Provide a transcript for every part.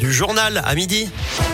du journal à midi.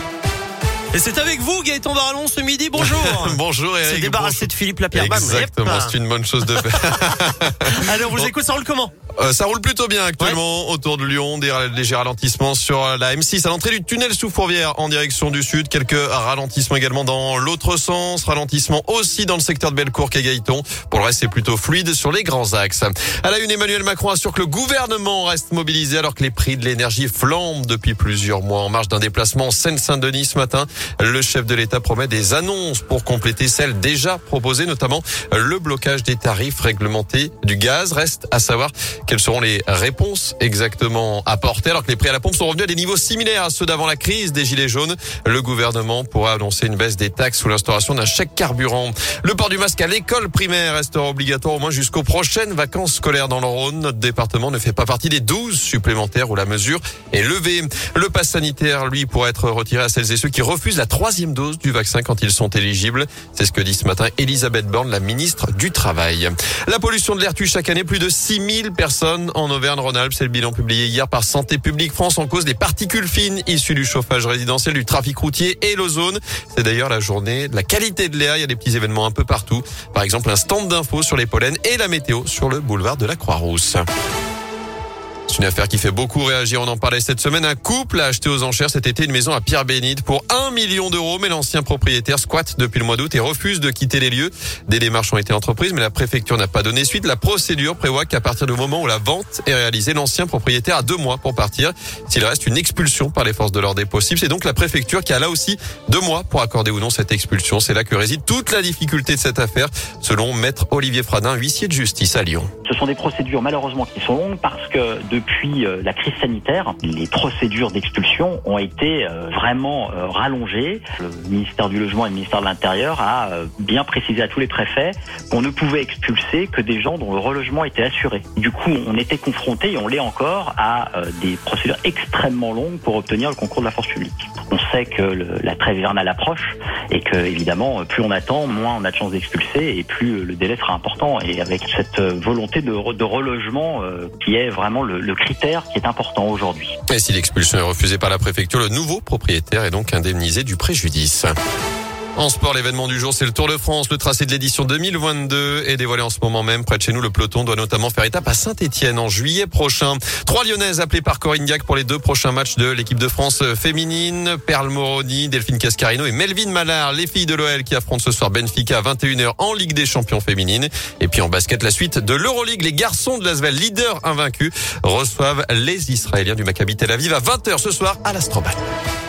Et c'est avec vous, Gaëtan Barallon, ce midi. Bonjour. Bonjour Eric. C'est débarrassé de Philippe Lapierre. Exactement, c'est une bonne chose de faire. Allez, on vous écoute, ça roule comment? Ça roule plutôt bien actuellement autour de Lyon. Des légers ralentissements sur la M6 à l'entrée du tunnel sous Fourvière en direction du sud. Quelques ralentissements également dans l'autre sens. Ralentissement aussi dans le secteur de Bellecour qu'à Gaëton. Pour le reste, c'est plutôt fluide sur les grands axes. À la une, Emmanuel Macron assure que le gouvernement reste mobilisé alors que les prix de l'énergie flambent depuis plusieurs mois. En marge d'un déplacement en Seine-Saint-Denis ce matin, le chef de l'État promet des annonces pour compléter celles déjà proposées, notamment le blocage des tarifs réglementés du gaz. Reste à savoir quelles seront les réponses exactement apportées alors que les prix à la pompe sont revenus à des niveaux similaires à ceux d'avant la crise des gilets jaunes. Le gouvernement pourra annoncer une baisse des taxes ou l'instauration d'un chèque carburant. Le port du masque à l'école primaire restera obligatoire au moins jusqu'aux prochaines vacances scolaires dans le Rhône. Notre département ne fait pas partie des 12 supplémentaires où la mesure est levée. Le pass sanitaire, lui, pourra être retiré à celles et ceux qui refusent la 3e dose du vaccin quand ils sont éligibles. C'est ce que dit ce matin Elisabeth Borne, la ministre du Travail. La pollution de l'air tue chaque année plus de 6000 personnes en Auvergne-Rhône-Alpes. C'est le bilan publié hier par Santé publique France en cause des particules fines issues du chauffage résidentiel, du trafic routier et l'ozone. C'est d'ailleurs la journée de la qualité de l'air. Il y a des petits événements un peu partout. Par exemple, un stand d'infos sur les pollens et la météo sur le boulevard de la Croix-Rousse. C'est une affaire qui fait beaucoup réagir. On en parlait cette semaine. Un couple a acheté aux enchères cet été une maison à Pierre-Bénite pour 1 million d'euros. Mais l'ancien propriétaire squatte depuis le mois d'août et refuse de quitter les lieux. Des démarches ont été entreprises, mais la préfecture n'a pas donné suite. La procédure prévoit qu'à partir du moment où la vente est réalisée, l'ancien propriétaire a 2 mois pour partir. S'il reste, une expulsion par les forces de l'ordre est possible. C'est donc la préfecture qui a là aussi 2 mois pour accorder ou non cette expulsion. C'est là que réside toute la difficulté de cette affaire, selon maître Olivier Fradin, huissier de justice à Lyon. Ce sont des procédures malheureusement qui sont longues parce que depuis la crise sanitaire, les procédures d'expulsion ont été vraiment rallongées. Le ministère du Logement et le ministère de l'Intérieur a bien précisé à tous les préfets qu'on ne pouvait expulser que des gens dont le relogement était assuré. Du coup, on était confronté, et on l'est encore, à des procédures extrêmement longues pour obtenir le concours de la force publique. On sait que la trêve hivernale approche et que, évidemment, plus on attend, moins on a de chances d'expulser et plus le délai sera important. Et avec cette volonté de relogement qui est vraiment le critère qui est important aujourd'hui. Et si l'expulsion est refusée par la préfecture, le nouveau propriétaire est donc indemnisé du préjudice. En sport, l'événement du jour, c'est le Tour de France. Le tracé de l'édition 2022 est dévoilé en ce moment même. Près de chez nous, le peloton doit notamment faire étape à Saint-Étienne en juillet prochain. 3 Lyonnaises appelées par Corinne Diacre pour les 2 prochains matchs de l'équipe de France féminine. Perle Moroni, Delphine Cascarino et Melvin Mallard, les filles de l'OL qui affrontent ce soir Benfica à 21h en Ligue des Champions féminines. Et puis en basket, la suite de l'Euroleague. Les garçons de l'Asvel, leaders invaincus, reçoivent les Israéliens du Maccabi Tel Aviv à 20h ce soir à l'Astrobal.